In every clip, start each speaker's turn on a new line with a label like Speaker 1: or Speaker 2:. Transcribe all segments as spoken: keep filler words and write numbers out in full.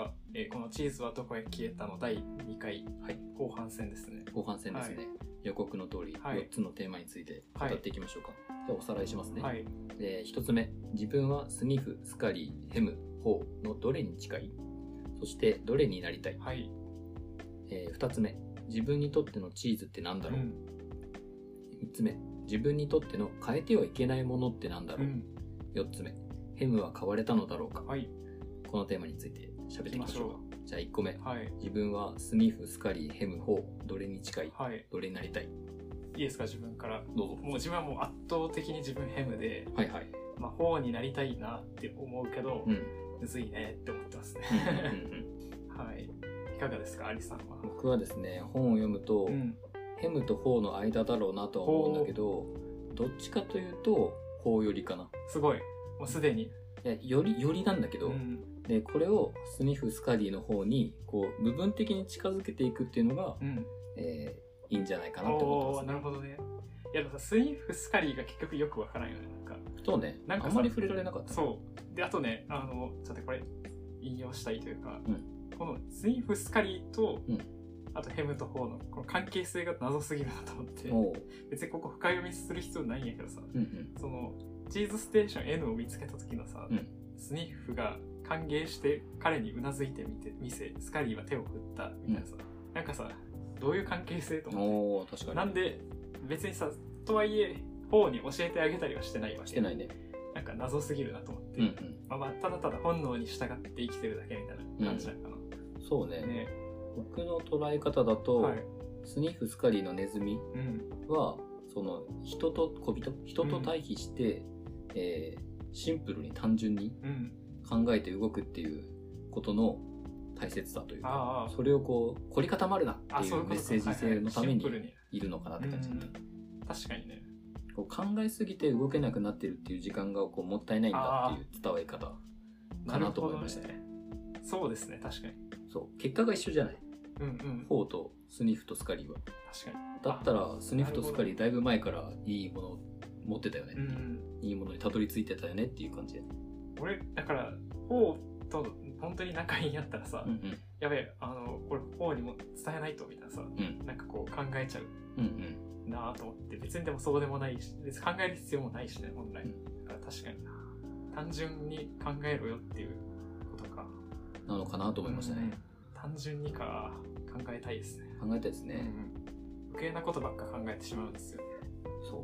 Speaker 1: は、えー、このチーズはどこへ消えたのだいにかい、はい、後半戦ですね。
Speaker 2: 後半戦ですね。はい、予告の通り、よっつのテーマについて語っていきましょうか。はい、じゃあおさらいしますね。はい、えー、ひとつめ、自分はスニフ、スカリー、ヘム、ホーのどれに近い？そしてどれになりたい？はい、えー、ふたつめ、自分にとってのチーズって何だろう？うん、みっつめ、自分にとっての変えてはいけないものって何だろう？うん、よっつめ、ヘムは変われたのだろうか？はい、このテーマについて喋っていきましょうか。じゃあいっこめ、はい、自分はスニフ、スカリー、ヘム、ホー、どれに近い？はい、どれになりたい？
Speaker 1: いいですか、自分から。
Speaker 2: どうぞ。も
Speaker 1: う自分はもう圧倒的に自分ヘムで、はいはい。まあ、ホーになりたいなって思うけど、うん、むずいねって思ってますね。はい。いかがですか、アリさんは。
Speaker 2: 僕はですね、本を読むと、うん、ヘムとホーの間だろうなとは思うんだけど、どっちかというと、ホー寄りかな。
Speaker 1: すごい。もうすでに。
Speaker 2: いや、より、よりなんだけど、うん、で、これをスニフ、スカリーの方に、こう、部分的に近づけていくっていうのが、うん、えー、いいんじゃないかなと思ってます、ね。
Speaker 1: なるほどね。いや、でもさ、スニフ、スカリーが結局よくわからんよね、なんか。
Speaker 2: そうね。なんかあんまり触れられなかった、ね。
Speaker 1: そう。で、あとね、あの、ちょっとこれ、引用したいというか、うん、このスニフ、スカリーと、うん、あとヘムとホーのこの関係性が謎すぎるなと思って、別にここ深読みする必要ないんやけどさ、うんうん、その、チーズステーション N を見つけた時のさ、うん、スニフが歓迎して彼にうなずいてみて見せ、スカリーは手を振ったみたいなさ、うん、なんかさ、どういう関係性と思って。確かに。なんで、別にさ、とはいえ、ホーに教えてあげたりはしてないわけ。
Speaker 2: してないね。
Speaker 1: なんか謎すぎるなと思って、うんうん、まあまあ、ただただ本能に従って生きてるだけみたいな感じなのかな。うん、
Speaker 2: そうね。ね、僕の捉え方だと、はい、スニフ、スカリーのネズミは、うん、その人と小人、人と対比して、うん、えー、シンプルに単純に考えて動くっていうことの大切さというか、うん、それをこう凝り固まるなっていうメッセージ性のためにいるのかなって感じだった。うん、
Speaker 1: 確かにね。
Speaker 2: こう考えすぎて動けなくなってるっていう時間がこうもったいないんだっていう伝わり方かなと思いましたね。
Speaker 1: そうですね、確かに。
Speaker 2: そう結果が一緒じゃない。うんうん。ホーとスニフとスカリーは。
Speaker 1: 確かに。
Speaker 2: だったらスニフとスカリーだいぶ前からいいものを持ってたよねっていう、うん、いいものにたどり着いてたよねっていう感じで。
Speaker 1: 俺だからホーと本当に仲いいんやったらさ、うんうん、やべえ、あのこれホーにも伝えないとみたいなさ、うん、なんかこう考えちゃう。うんうん、なぁと思って、別にでもそうでもないし、別に考える必要もないしね、本来。うん、だから確かにな。単純に考えろよっていうことか。
Speaker 2: なのかなと思いましたね。
Speaker 1: うん、単純にか、考えたいですね。
Speaker 2: 考えたいですね。うん、
Speaker 1: 余計なことばっか考えてしまうんですよ。
Speaker 2: そう。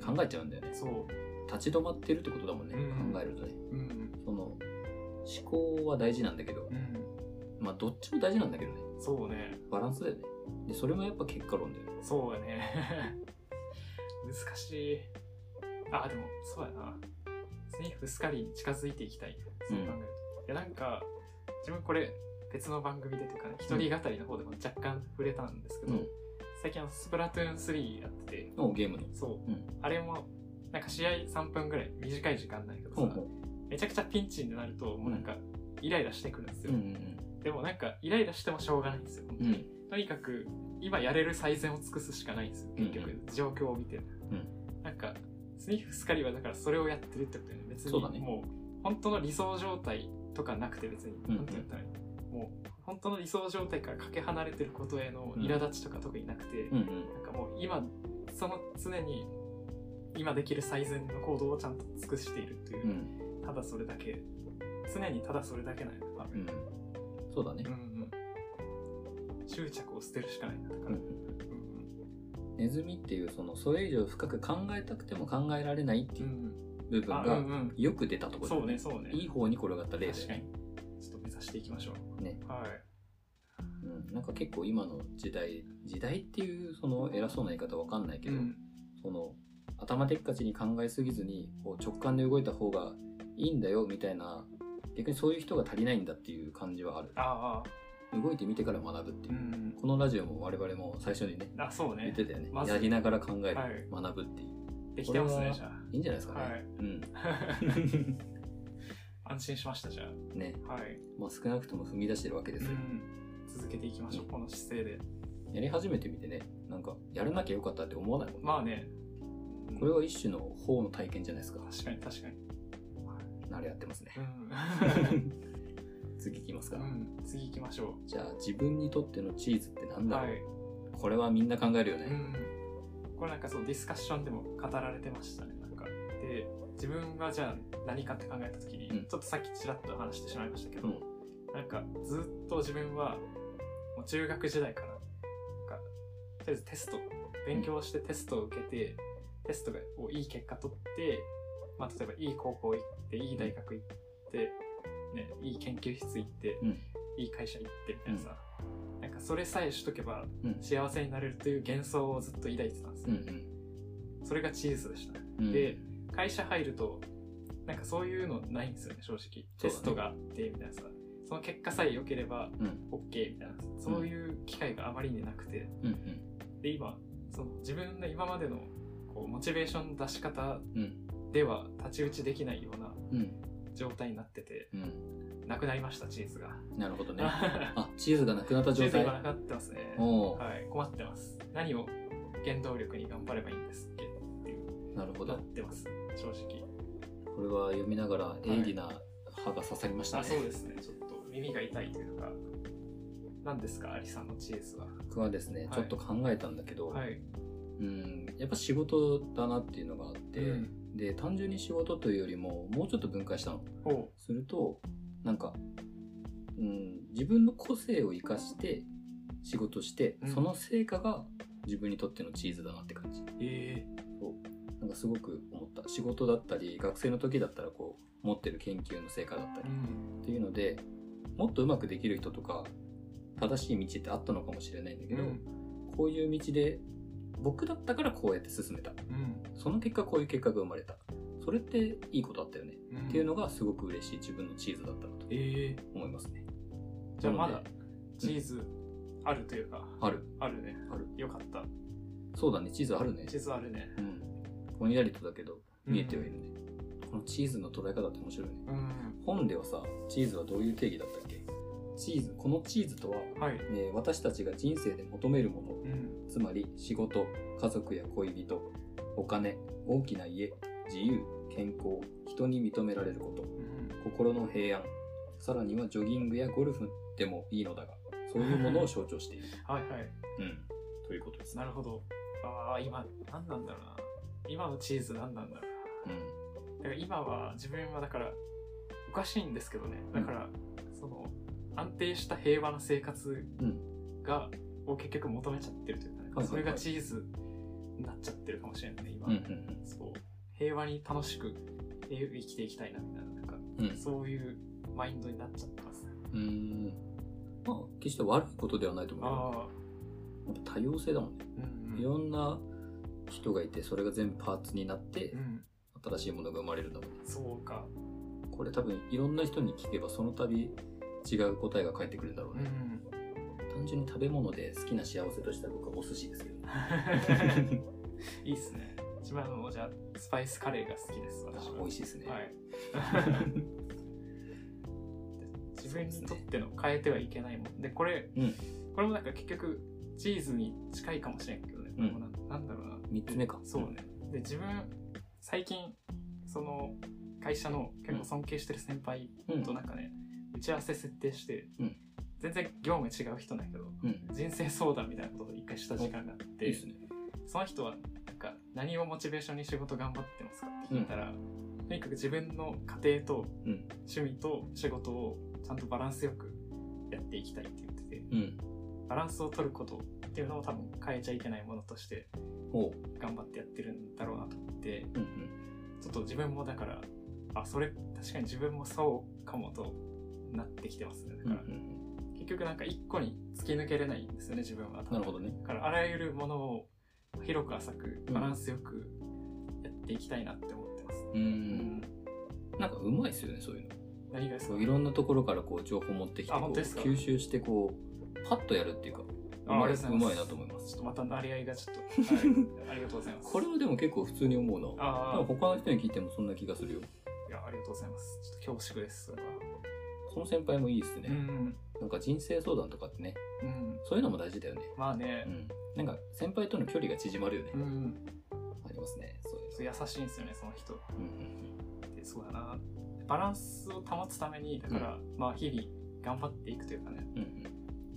Speaker 2: うん、考えちゃうんだよね。そう。立ち止まってるってことだもんね、うん、考えるとね。うん、その、思考は大事なんだけど、うん、まあどっちも大事なんだけどね。
Speaker 1: そうね。
Speaker 2: バランスだよね。で、それもやっぱ結果論だよね。
Speaker 1: そうやね。難しい。あ、でも、そうやな。スニフ、スカリーに近づいていきたい。そう考えると。うん、いや、なんか、自分これ、別の番組でというかね、一人語りの方でも若干触れたんですけど、うん、最近あの、スプラトゥーンスリーやってて、
Speaker 2: おゲームの。
Speaker 1: そう。うん、あれも、なんか試合さんぷんぐらい、短い時間なんやけどさ、うん、めちゃくちゃピンチになると、もうなんか、イライラしてくるんですよ。うんうんうん、でもなんか、イライラしてもしょうがないんですよ、本当に。うん、とにかく、今やれる最善を尽くすしかないんですよ、結局、うんうん、状況を見てる。うん、なんか、スニフ、スカリはだからそれをやってるってことだよね。別に、もう、本当の理想状態とかなくて別に、うんうん、なんて言ったらいいの、もう、本当の理想状態からかけ離れてることへの苛立ちとか特になくて、うんうん、なんかもう今、その常に、今できる最善の行動をちゃんと尽くしているという、うん、ただそれだけ、常にただそれだけなんやな、多分。
Speaker 2: うん、そうだね。うん
Speaker 1: うん、執着を捨てるしかないんだから。うんうん、
Speaker 2: ネズミっていうそのそれ以上深く考えたくても考えられないっていう部分がよく出たところ、
Speaker 1: うんうん、そうねそうね。
Speaker 2: いい方に転がった例で、ね、
Speaker 1: 確かに。ちょっと目指していきましょう。ね。はい。
Speaker 2: うん、なんか結構今の時代時代っていうその偉そうな言い方わかんないけど、うん、その頭でっかちに考えすぎずにこう直感で動いた方がいいんだよみたいな、逆にそういう人が足りないんだっていう感じはある。ああ、動いてみてから学ぶっていう、うん、このラジオも我々も最初にね、
Speaker 1: あ、そうね、
Speaker 2: 言ってたよね、ま、やりながら考える、はい、学ぶっていう。
Speaker 1: できてますね、じゃあ
Speaker 2: いいんじゃないですかね。はい、うん。
Speaker 1: 安心しました、じゃあ
Speaker 2: ね、はい、まあ少なくとも踏み出してるわけですよ、うん、
Speaker 1: 続けていきましょう、うん、この姿勢で。
Speaker 2: やり始めてみてね、なんかやらなきゃよかったって思わないもんね。
Speaker 1: まあね、
Speaker 2: これは一種の法の体験じゃないですか。
Speaker 1: 確かに確かに。
Speaker 2: あれやってますね。うん、 次いきますか。
Speaker 1: うん、次行きましょ
Speaker 2: う。じゃあ自分にとってのチーズってなんだろう、はい、これはみんな考えるよね。
Speaker 1: うん、これなんかそうディスカッションでも語られてましたね。なんかで自分がじゃあ何かって考えた時に、うん、ちょっとさっきちらっと話してしまいましたけど、うん、なんかずっと自分はもう中学時代からなんかとりあえずテスト勉強してテストを受けて、うん、テストをいい結果取って、まあ、例えばいい高校行っていい大学行って、ね、いい研究室行って、うん、いい会社行ってみたいなさ、うん、なんかそれさえしとけば幸せになれるという幻想をずっと抱いてたんですよ、うんうん、それがチーズでした、うん、で会社入るとなんかそういうのないんですよね正直。テストがあってみたいなさ、その結果さえ良ければ OK みたいな、うん、そういう機会があまりになくて、うんうん、で今その自分の今までのこうモチベーションの出し方では太刀打ちできないような状態になってて、うん、なくなりましたチーズが。なるほどね。
Speaker 2: あ、チーズがなくなった状態。
Speaker 1: チーズがなくなってますね。はい、困ってます。何を原動力に頑張ればいいんですっけっていう。
Speaker 2: なるほど。
Speaker 1: なってます正直。
Speaker 2: これは読みながら鋭利な歯が刺さりましたね。
Speaker 1: はい、あ、そうですね。ちょっと耳が痛いというか。何ですかアリさんのチーズは。
Speaker 2: 僕はですね、はい、ちょっと考えたんだけど、はい、うん、やっぱ仕事だなっていうのがあって、うん、で単純に仕事というよりももうちょっと分解したの。するとなんか、うん、自分の個性を生かして仕事して、うん、その成果が自分にとってのチーズだなって感じ。えー、そうなんかすごく思った。仕事だったり学生の時だったらこう持ってる研究の成果だったり、うん、っていうのでもっとうまくできる人とか正しい道ってあったのかもしれないんだけど、うん、こういう道で僕だったからこうやって進めた、うん、その結果こういう結果が生まれた、それっていいことあったよね、うん、っていうのがすごく嬉しい自分のチーズだったなと思いますね。
Speaker 1: えー、じゃあまだチーズあるというか、
Speaker 2: うん、ある
Speaker 1: あるね。ある。よかった。
Speaker 2: そうだね、チーズあるね。
Speaker 1: チーズあるね。
Speaker 2: うん。ぼんやりとだけど見えてはいるね、うん、このチーズの捉え方って面白いね、うん、本ではさチーズはどういう定義だったっけ。チーズ、このチーズとは、はいね、私たちが人生で求めるもの、うん、つまり仕事、家族や恋人、お金、大きな家、自由、健康、人に認められること、うん、心の平安、さらにはジョギングやゴルフでもいいのだが、そういうものを象徴している。
Speaker 1: はいはい。
Speaker 2: うん。ということです。
Speaker 1: なるほど。ああ、今、何なんだろうな。今のチーズ何なんだろうな。うん。だから今は、自分はだから、おかしいんですけどね。だから、うん、その、安定した平和な生活が、うん、を結局求めちゃってるというかね、はいはいはい、それがチーズになっちゃってるかもしれないね今、うんうんうん、そう平和に楽しく生きていきたいなみたいな、なんか、うん、そういうマインドになっちゃってます。
Speaker 2: うーん、まあ決して悪いことではないと思う。あやっぱ多様性だもんね、うんうん、いろんな人がいてそれが全部パーツになって、うん、新しいものが生まれるんだもんね。
Speaker 1: そうか。
Speaker 2: これ多分いろんな人に聞けばその度違う答えが返ってくるんだろうね、うん、単純に食べ物で好きな幸せとしたら僕はお寿司ですけど
Speaker 1: いいっすね。一番のじゃあスパイスカレーが好きです私は。
Speaker 2: 美味しいですね、はい、
Speaker 1: 自分にとっての変えてはいけないもんで、これ、うん、これもなんか結局チーズに近いかもしれんけどね、うん、な, なんだろうな
Speaker 2: みっつめか。
Speaker 1: そうね。で自分最近その会社の結構尊敬してる先輩となんかね、うん打ち合わせ設定して、うん、全然業務違う人なんやけど、うん、人生相談みたいなことを一回した時間があって、いいっすね、その人はなんか何をモチベーションに仕事頑張ってますかって聞いたら、うん、とにかく自分の家庭と趣味と仕事をちゃんとバランスよくやっていきたいって言ってて、うん、バランスを取ることっていうのを多分変えちゃいけないものとして頑張ってやってるんだろうなと思って、うんうん、ちょっと自分もだからあそれ確かに自分もそうかもとなってきてますね。だから、うんうん、結局なんか一個に突き抜けれないんですよね自分は。
Speaker 2: なるほどね。
Speaker 1: だからあらゆるものを広く浅くバランスよくやっていきたいなって思ってます。うん、うん、
Speaker 2: なんかうまいですよねそういうの。
Speaker 1: 何がですか。
Speaker 2: いろんなところからこう情報持ってきてこう吸収してこうパッとやるっていうか。うまい、うまいなと思います。
Speaker 1: ちょっとまたなり合いがちょっと、はい、ありがとうございます。
Speaker 2: これはでも結構普通に思うな。あ他の人に聞いてもそんな気がするよ。
Speaker 1: いやありがとうございます。ちょっと恐縮です。それは
Speaker 2: その先輩もいいですね、うん、なんか人生相談とかってね、うん、そういうのも大事だよね。
Speaker 1: まあね、
Speaker 2: うん、なんか先輩との距離が縮まるよね、うん、ありますね。
Speaker 1: そういう優しいんですよねその人、うんうんうん、でそうだなバランスを保つためにだから、うん、まあ日々 頑張っていくというかね、
Speaker 2: うんうん、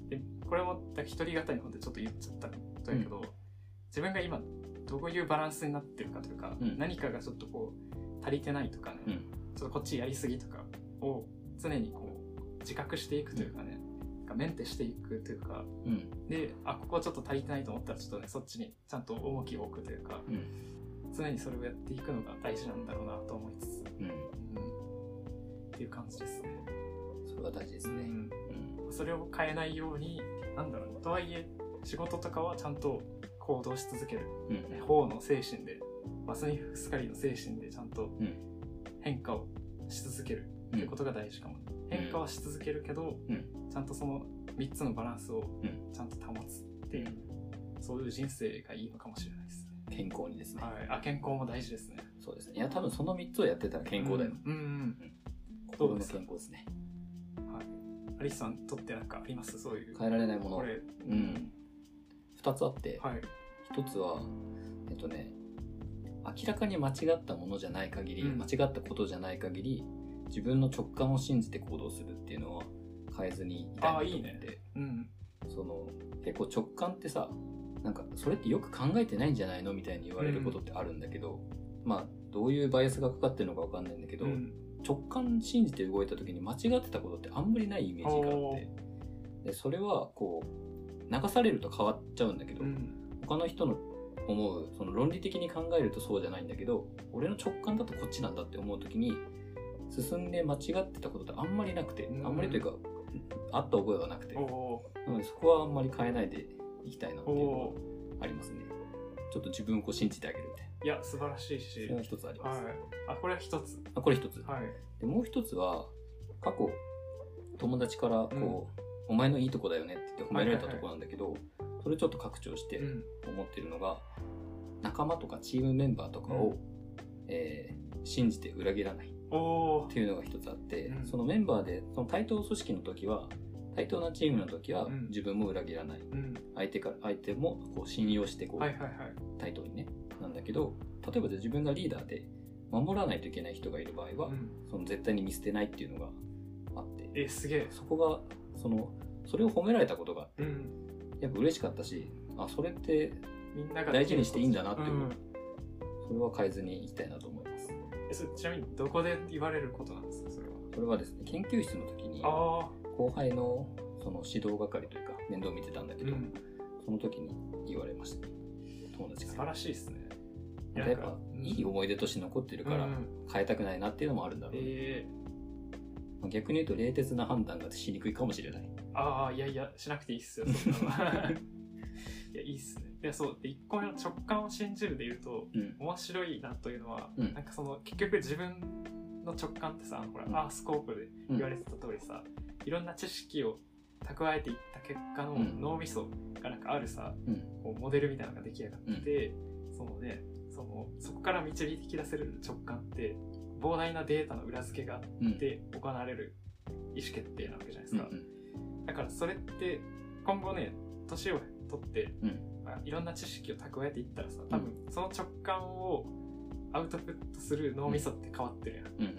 Speaker 1: でこれも一人語りの方でちょっと言っちゃったことやけど、うん、自分が今どういうバランスになってるかというか、うん、何かがちょっとこう足りてないとかね、うん、ちょっとこっちやりすぎとかを常にこう自覚していくというかね、うん、メンテしていくというか、うん、であここちょっと足りてないと思ったらちょっとねそっちにちゃんと重きを置くというか、うん、常にそれをやっていくのが大事なんだろうなと思いつつ、うんうん、っていう感じですね。
Speaker 2: それは大事ですね、うん
Speaker 1: うん、それを変えないようになんだろう、ね、とはいえ仕事とかはちゃんと行動し続ける、うん、方の精神で、まあ、スニフスカリの精神でちゃんと変化をし続けるっていうことが大事かも、うん、変化はし続けるけど、うん、ちゃんとそのみっつのバランスをちゃんと保つっていう、うん、そういう人生がいいのかもしれないですね。
Speaker 2: 健康にですね、
Speaker 1: はい、あ健康も大事ですね。
Speaker 2: そうですね。いや多分そのみっつをやってたら健康だよ、うんうんうん、心の健康ですね。
Speaker 1: はい、アリスさんにとって何かあります？そういう
Speaker 2: 変えられないもの。
Speaker 1: これ、
Speaker 2: うん、ふたつあって、
Speaker 1: はい、
Speaker 2: ひとつはえっとね明らかに間違ったものじゃない限り、うん、間違ったことじゃない限り自分の直感を信じて行動するっていうのは変えずにいたいなと思って。
Speaker 1: いいね、うん、
Speaker 2: その結構直感ってさ、なんかそれってよく考えてないんじゃないのみたいに言われることってあるんだけど、うん、まあどういうバイアスがかかってるのかわかんないんだけど、うん、直感信じて動いた時に間違ってたことってあんまりないイメージがあって、でそれはこう流されると変わっちゃうんだけど、うん、他の人の思うその論理的に考えるとそうじゃないんだけど、俺の直感だとこっちなんだって思う時に進んで間違ってたことってあんまりなくて、うん、あんまりというかあった覚えがなくて、なのでそこはあんまり変えないでいきたいなっていうのはありますね。ちょっと自分をこう信じてあげるみたいな。
Speaker 1: いや素晴らしいし、
Speaker 2: それは一つあります。
Speaker 1: はい、あこれは一つ。
Speaker 2: あこれ一つ。
Speaker 1: はい。
Speaker 2: でもう一つは過去友達からこう、うん、お前のいいとこだよねって言って褒められたとこなんだけど、はいはいはい、それちょっと拡張して思ってるのが、うん、仲間とかチームメンバーとかを、うんえー、信じて裏切らないっていうのが一つあって、うん、そのメンバーでその対等組織の時は対等なチームの時は自分も裏切らない、うん、相手から相手もこう信用してこう、はいはいはい、対等にねなんだけど、例えばじゃあ自分がリーダーで守らないといけない人がいる場合は、うん、その絶対に見捨てないっていうのがあって、
Speaker 1: えすげえ
Speaker 2: そこがそのそれを褒められたことがあって、うん、やっぱ嬉しかったし、あそれってみんなが大事にしていいんだなって思う、うん、それは変えずにいきたいなと思います。
Speaker 1: えそちなみにどこで言われることなんですか？それは
Speaker 2: それはですね、研究室の時に後輩のその指導係というか面倒を見てたんだけど、うん、その時に言われました、ね、友達から。
Speaker 1: 素晴らしいですね。
Speaker 2: やっぱ、うん、いい思い出として残ってるから変えたくないなっていうのもあるんだろうね、えー、逆に言うと冷徹な判断がしにくいかもしれない。
Speaker 1: ああいやいやしなくていいっすよそんなのいやいいっすね。でそうでいっこめの直感を信じるで言うと、うん、面白いなというのは、うん、なんかその結局自分の直感ってさほら、うん、アースコープで言われてた通りさ、うん、いろんな知識を蓄えていった結果の脳みそがなんかあるさ、うん、こうモデルみたいなのが出来上がってて、うん、そのねそのそこから導き出せる直感って膨大なデータの裏付けがあって行われる意思決定なわけじゃないですか、うんうん、だからそれって今後ね年を取って、うんまあ、いろんな知識を蓄えていったらさ多分その直感をアウトプットする脳みそって変わってるやん、うんうん、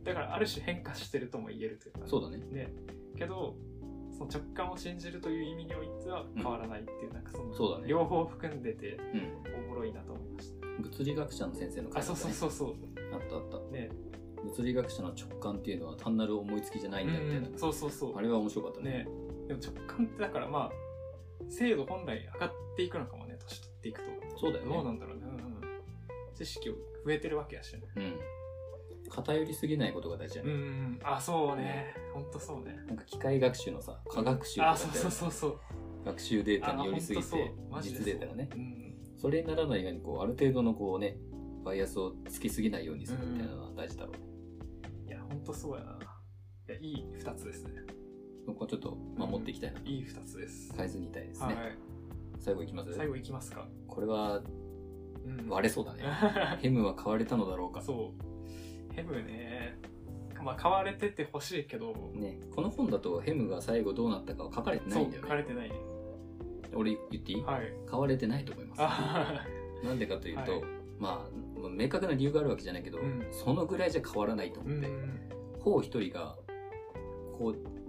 Speaker 1: だからある種変化してるとも言えるというか、ね、
Speaker 2: そうだね。
Speaker 1: ねけどその直感を信じるという意味においては変わらないっていう、うん、なんかその
Speaker 2: そうだね、
Speaker 1: 両方含んでておもろいなと思いました、
Speaker 2: うん、物理学者の先生の会話、ね、
Speaker 1: あそうそうそうそう
Speaker 2: あったあったね。物理学者の直感っていうのは単なる思いつきじゃないんだみたいな、
Speaker 1: うん、そうそうそう
Speaker 2: あれは面白かったね。ね
Speaker 1: でも直感ってだからまあ精度本来上がっていくのかもね、年取っていくと。
Speaker 2: そうだよね。
Speaker 1: どうなんだろうね、うんうん、知識を増えてるわけやしね、
Speaker 2: うん偏りすぎないことが大事じゃない。うん、
Speaker 1: あ、そうね、ほんとそうね。
Speaker 2: なんか機械学習のさ、科学習とか
Speaker 1: あ、そうそうそうそう。
Speaker 2: 学習データによりすぎて、実データがね、うん、それにならないようにこうある程度のこうね、バイアスをつきすぎないようにするみたいなのは大事だろうね。
Speaker 1: うん、いや、ほんとそうやな。いや、いい二つですね。
Speaker 2: そこはちょっと守っていきたいな、うん。
Speaker 1: いい二つです。
Speaker 2: 変えずにいたいですね。
Speaker 1: はい、
Speaker 2: 最後いきます？
Speaker 1: 最後いきますか。
Speaker 2: これは、うん、割れそうだね。ヘムは買われたのだろうか。
Speaker 1: そう。ヘムね、まあ買われててほしいけど
Speaker 2: ね、この本だとヘムが最後どうなったかは書かれてないんだよね。
Speaker 1: そう書かれてないね。
Speaker 2: 俺言っていい？はい、買われてないと思います。なんでかというと、はい、まあ明確な理由があるわけじゃないけど、うん、そのぐらいじゃ変わらないと思って、うん、ほう一人がこう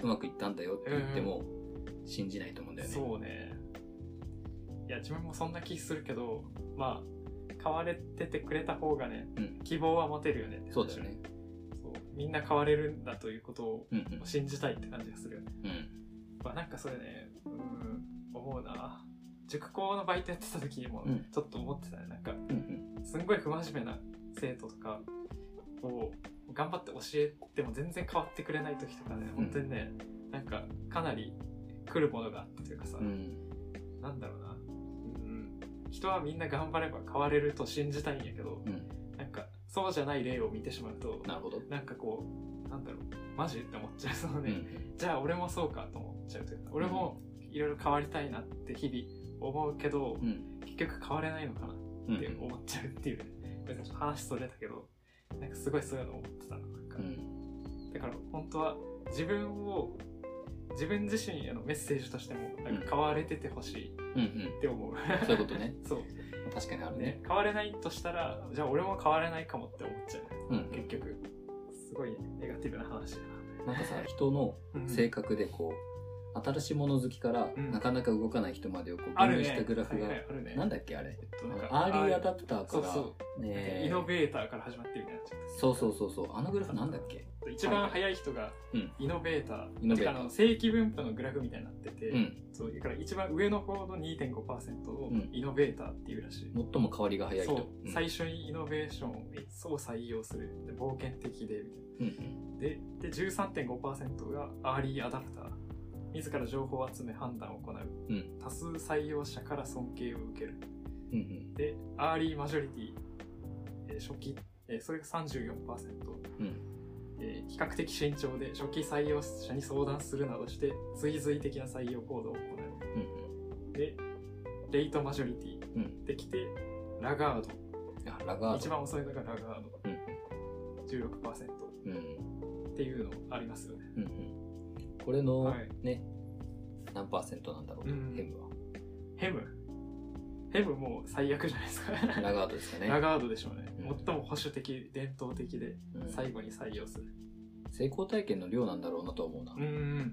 Speaker 2: うまくいったんだよって言っても信じないと思うんだよね。
Speaker 1: そうね。いや自分もそんな気するけど、まあ変われててくれた方がね、うん、希望は持てるよねって。
Speaker 2: そうだよね。
Speaker 1: そうみんな変われるんだということを信じたいって感じがするよね。うんうん、まあなんかそれね、うん思うな。塾校のバイトやってた時にもちょっと思ってたね。なんか、うんうん、すんごい不真面目な生徒とかを頑張って教えても全然変わってくれない時とかね、本当にね、なんかかなり来るものがあったというかさ、うん、なんだろうな、うん、人はみんな頑張れば変われると信じたいんやけど、うん、なんかそうじゃない例を見てしまうと、
Speaker 2: なるほど、
Speaker 1: なんかこうなんだろう、マジって思っちゃう。そのね、うん、じゃあ俺もそうかと思っちゃうというか、俺もいろいろ変わりたいなって日々思うけど、うん、結局変われないのかなって思っちゃうっていう、ね、うん、別にちょっと話それたけど、なんかすごいそういうの思ってたな。なんか、うん、だから本当は自分を自分自身へのメッセージとしてもなんか変われててほしいって思う、うんうんうん、
Speaker 2: そういうことね。
Speaker 1: そう、
Speaker 2: 確かにあるね。
Speaker 1: ね、変われないとしたらじゃあ俺も変われないかもって思っちゃう、うん、結局すごいネガティブな話だ
Speaker 2: な。なんかさ、人の性格でこう、うん、新しいもの好きから、うん、なかなか動かない人までをこう分類したグラフが、ね、なんだっけあれ、えっと、なんかアーリーアダプターから、そうそう、
Speaker 1: ね、イノベーターから始まってるみたいな。
Speaker 2: そうそうそうそう、あのグラフなんだっけ。
Speaker 1: 一番早い人がイノベーター、うん、イノベーターの正規分布のグラフみたいになってて、うん、そうだから一番上の方の にてんごパーセント をイノベーターっていうらしい、
Speaker 2: うん、最も変わりが早い人。そう、
Speaker 1: うん、最初にイノベーションを採用する、で冒険的でみたいな、うんうん、で, で じゅうさんてんごパーセント がアーリーアダプター、自ら情報を集め判断を行う、うん、多数採用者から尊敬を受ける、うんうん、でアーリーマジョリティ、えー、初期、えー、それが さんじゅうよんパーセント、うんえー、比較的慎重で初期採用者に相談するなどして追随的な採用行動を行う、うんうん、でレイトマジョリティ、うん、できてラガード、
Speaker 2: あラガード
Speaker 1: 一番遅いのがラガード、うん、じゅうろくパーセント、うん、っていうのありますよね、うんうん、
Speaker 2: これの、はい、ね何パーセントなんだろう、うん、ヘムは
Speaker 1: ヘムヘムもう最悪じゃないですか。
Speaker 2: ラガードですかね。
Speaker 1: ラガードでしょうね、うん、最も保守的伝統的で最後に採用する、
Speaker 2: うん、成功体験の量なんだろうなと思うな。
Speaker 1: うん、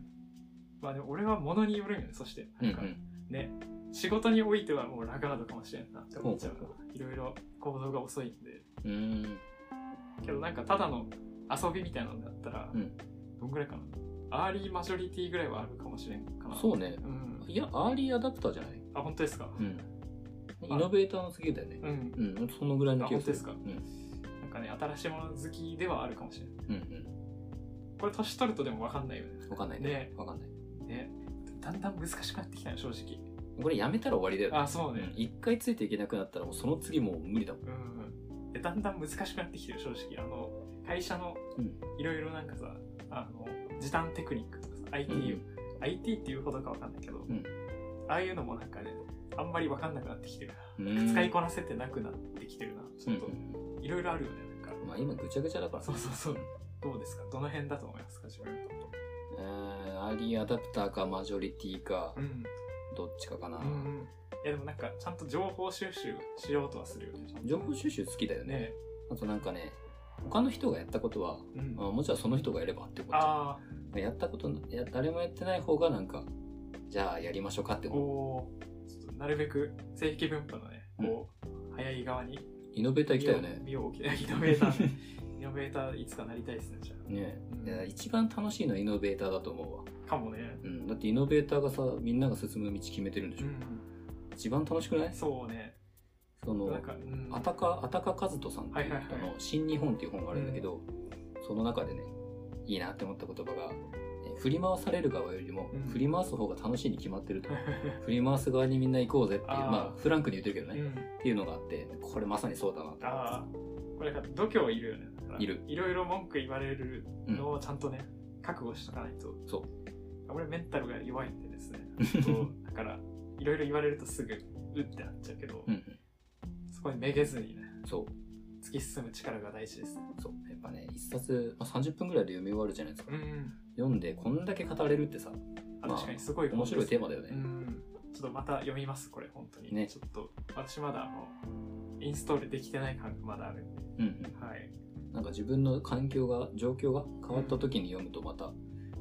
Speaker 1: まあでも俺は物によるよね。そしてなんか、うんうん、ね仕事においてはもうラガードかもしれんなって思っちゃうな。いろいろ行動が遅いんで。うん、けどなんかただの遊びみたいなのだったら、うん、どんぐらいかな、アーリーマジョリティぐらいはあるかもしれんかな。
Speaker 2: そうね、うん、いやアーリーアダプターじゃない。
Speaker 1: あ、本当ですか。うん、
Speaker 2: イノベーターの次だよね。うん、うん、そのぐらいの気がする。
Speaker 1: あ、本当ですか。うん、なんかね新しいもの好きではあるかもしれない。うんうん、これ年取るとでも分かんないよね。
Speaker 2: 分かんないね。分かんない。
Speaker 1: ね、だんだん難しくなってきたよ正直。
Speaker 2: これやめたら終わりだよね。
Speaker 1: あ、そうね。
Speaker 2: 一、うん、回ついていけなくなったらもうその次もう無理だもん。うん
Speaker 1: うん、でだんだん難しくなってきてる正直。あの会社のいろいろなんかさ、あの時短テクニックとかさ アイティー、うん、アイティー っていうほどか分かんないけど、うん、ああいうのもなんかねあんまり分かんなくなってきてるな。使いこなせてなくなってきてるな。ちょっといろいろあるよね。なんか
Speaker 2: まあ今ぐちゃぐちゃだから、ね、
Speaker 1: そうそうそう。どうですか。どの辺だと思いますか自分。
Speaker 2: えー、アーリーアダプターかマジョリティか、うん、どっちかかな、うん、
Speaker 1: いやでもなんかちゃんと情報収集しようとはするよね。
Speaker 2: 情報収集好きだよね。ね、あとなんかね他の人がやったことは、うんまあ、もちろんその人がやればって思っちゃう。やったことや誰もやってない方がなんかじゃあやりましょうかって思
Speaker 1: う。なるべく正規分布のね、こう、うん、早い側に
Speaker 2: イノベーター行きたいよね。
Speaker 1: イノベーター、ね、イノベーターいつかなりたいですね。じゃあ
Speaker 2: ね、うん、いや一番楽しいのはイノベーターだと思うわ。
Speaker 1: かもね、
Speaker 2: うん、だってイノベーターがさみんなが進む道決めてるんでしょ、うん、一番楽しくない？
Speaker 1: そうね。
Speaker 2: そのなんか、うん、あたかあたか和人さんっていう人の新日本っていう本があるんだけど、うん、その中でねいいなって思った言葉が振り回される側よりも、うん、振り回す方が楽しいに決まってると振り回す側にみんな行こうぜっていうまあフランクに言ってるけどね、うん、っていうのがあってこれまさにそうだなと。
Speaker 1: あこれ度胸いるよね。だからいるいろいろ文句言われるのをちゃんとね、うん、覚悟しとかないと。そう俺メンタルが弱いんでですねだからいろいろ言われるとすぐうってなっちゃうけど、うん、そこにめげずにねそう突き進む力が大事です。
Speaker 2: そうやっぱね一冊、まあ、さんじゅっぷんぐらいで読み終わるじゃないですか、うん、読んでこんだけ語れるってさ、
Speaker 1: あ、まあ、確かにすごい
Speaker 2: 面白いテーマだよね。うん、
Speaker 1: ちょっとまた読みますこれ本当にね。ちょっと私まだあのインストールできてない感がまだあるんで、うんうん、はい、
Speaker 2: なんか自分の環境が状況が変わった時に読むとまた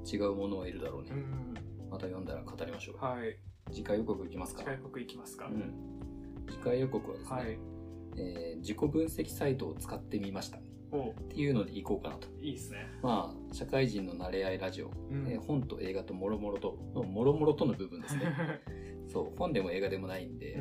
Speaker 2: 違うものを得るだろうね。
Speaker 1: うん、
Speaker 2: また読んだら語りましょう。
Speaker 1: はい。
Speaker 2: 次回予告いきますか。
Speaker 1: 次回予告いきますか。
Speaker 2: うん。次回予告はですね、はい、えー、自己分析サイトを使ってみましたっていうのでいこうかなと。
Speaker 1: いいですね。
Speaker 2: まあ社会人の慣れ合いラジオ、うん、えー、本と映画ともろもろとのもろもろとの部分ですね。そう本でも映画でもないんで、うん、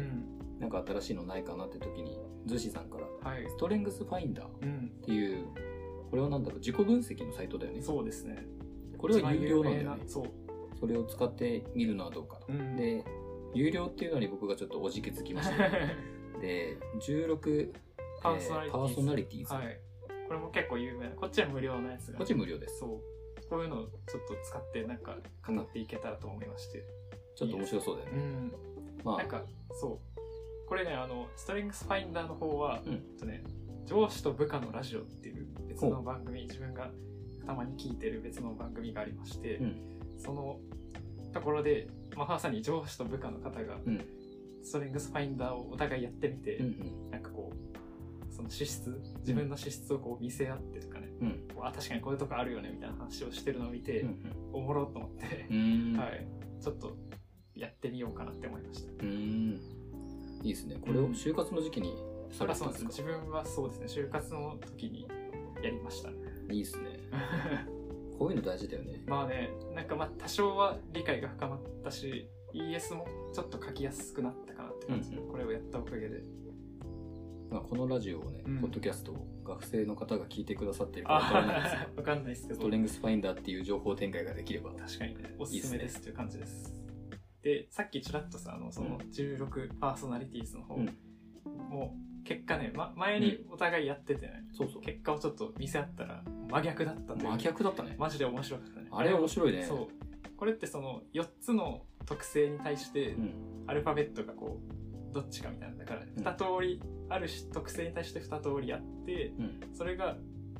Speaker 2: なんか新しいのないかなって時にズシさんから、はい、ストレングスファインダーっていう、うん、これはなんだろう、自己分析のサイトだよね。
Speaker 1: そうですね。
Speaker 2: これは有料なんだよね。そう。それを使ってみるのはどうかと。うん、で有料っていうのに僕がちょっとおじけつきました。でじゅうろく
Speaker 1: パーソナリティーズ、えー、パーソナリティーズ、
Speaker 2: はい、
Speaker 1: これも結構有名な、こっちは無料のやつが、
Speaker 2: こっち無料です。
Speaker 1: そうこういうのをちょっと使ってなんか語っていけたらと思いまして、
Speaker 2: ちょっと面白そうだよね。うん、
Speaker 1: まあなんかそうこれね、あのストリングスファインダーの方は、うん、とね、上司と部下のラジオっていう別の番組、自分がたまに聞いてる別の番組がありまして、うん、そのところで、まあ、まさに上司と部下の方が、うん、ストリングスファインダーをお互いやってみて、うんうん、なんかこうその資質、自分の資質をこう見せ合ってとかね、うん、こうあ確かにこういうとこあるよねみたいな話をしてるのを見て、うんうん、おもろと思って、はい、ちょっとやってみようかなって思いました。
Speaker 2: うん、いいですね。これを就活の時期にされたんですか？
Speaker 1: 自分はそうですね、就活の時にやりましたね。
Speaker 2: いいですね。こういうの大事だよね。
Speaker 1: まあね、なんかまあ多少は理解が深まったし、イーエス もちょっと書きやすくなったかなって感じ、うんうん、これをやったおかげで。
Speaker 2: まあ、このラジオをね、うん、ポッドキャストを学生の方が聞いてくださっているかわからないです
Speaker 1: わかんないですけど、
Speaker 2: ストレングスファインダーっていう情報展開ができれば
Speaker 1: 確かにね、おすすめですという感じです。で、さっきちらっとさ、あのそのじゅうろくパーソナリティーズの方、うん、もう結果ね、ま、前にお互いやっててね、うん、そうそう、結果をちょっと見せ合ったら真逆だったという。
Speaker 2: 真逆だったね。
Speaker 1: マジで面白かったね。
Speaker 2: あれ面白いね。
Speaker 1: そう。これってそのよっつの特性に対してアルファベットがこうどっちかみたいな、だからに通りある特性に対してに通りやって、うん、それが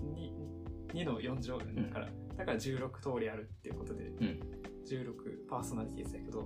Speaker 1: 2, にのよん乗だから、うん、だからじゅうろく通りあるっていうことで、うん、じゅうろくパーソナリティーズだけど、うん、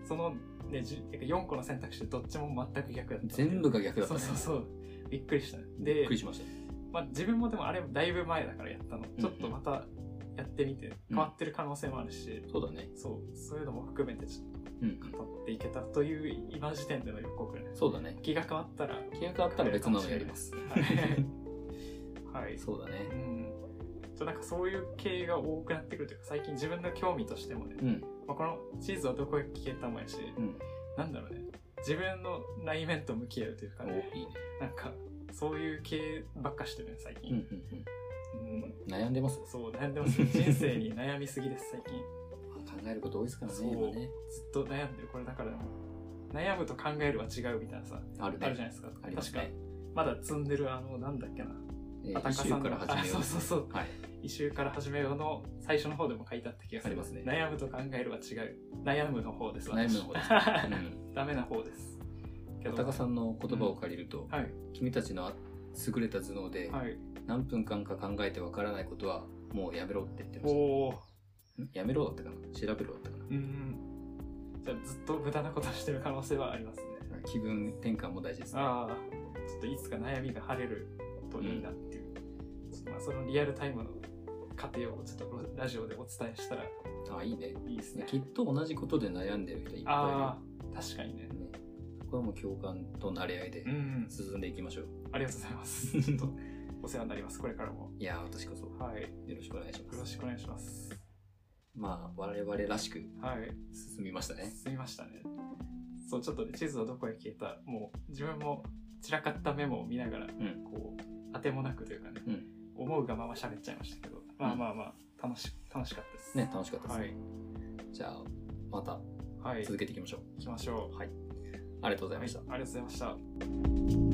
Speaker 1: その、ね、よんこの選択肢でどっちも全く逆だった。
Speaker 2: 全部が逆だった、ね、
Speaker 1: そうそうそう、びっくりした。で、
Speaker 2: びっくりしました。
Speaker 1: まあ、自分もでもあれだいぶ前だからやったの、ちょっとまたやってみて変わってる可能性もあるし、
Speaker 2: うん、そうだね。
Speaker 1: そう、そういうのも含めてちょっと語っていけたという今時点での予告ね。
Speaker 2: そうだね。
Speaker 1: 気が変わったら
Speaker 2: 気が変わったら別なのやります。
Speaker 1: はい、
Speaker 2: そうだね。
Speaker 1: うん。ちょなんかそういう系が多くなってくるというか、最近自分の興味としてもね、うん、まあ、このチーズはどこへ聞けたもやし、うん、なんだろうね、自分の内面と向き合うというかね、いいね、なんかそういう系ばっかしてるね最近。うんうんうん、
Speaker 2: 悩んでます。
Speaker 1: そう悩んでます。人生に悩みすぎです最近。
Speaker 2: 考えること多いですからね。
Speaker 1: そう今ね、ずっと悩んでる。これだから悩むと考えるは違うみたいなさ、あるね、あるじゃないですか。ありますね。確かまだ積んでるあのなんだっけな、
Speaker 2: えー、一週から始めよう。
Speaker 1: そうそうそう、はい、一週から始めようの最初の方でも書いてあった気がする。ありますね。悩むと考えるは違う。悩むの方です。
Speaker 2: 悩むの方です、
Speaker 1: うん、ダメな方です。
Speaker 2: あたかさんの言葉を借りると、うん、はい、君たちの優れた頭脳で、はい、何分間か考えてわからないことはもうやめろって言ってました。おやめろだったかな、調べろだったかな。うん、
Speaker 1: じゃあずっと無駄なことしてる可能性はありますね。
Speaker 2: 気分転換も大事ですね。
Speaker 1: ああ、ちょっといつか悩みが晴れるといいなっていう、うん、まあ、そのリアルタイムの過程をちょっとラジオでお伝えしたら、
Speaker 2: ああいいね。
Speaker 1: いいですね。
Speaker 2: きっと同じことで悩んでる人いっぱいいる。
Speaker 1: ああ、確かにね。ね、
Speaker 2: これはもう共感と慣れ合いで進んでいきましょう。うんうん、
Speaker 1: ありがとうございます。ちょっとお世話になります。これからも。
Speaker 2: いや私こそ。はい。よろしくお願いします。
Speaker 1: よろしくお願いします。
Speaker 2: まあ我々らしく進みましたね。はい、
Speaker 1: 進みましたね。そう、ちょっとね、地図はどこへ消えた、もう自分も散らかったメモを見ながら、うん、こう当てもなくというかね、うん、思うがまま喋っちゃいましたけど、まあまあまあ楽し楽しかったです。
Speaker 2: ね、楽しかったです。はい。じゃあまた続けていきましょう。
Speaker 1: いきましょう。
Speaker 2: はい。ありがとうございました。
Speaker 1: はい、ありがとうございました。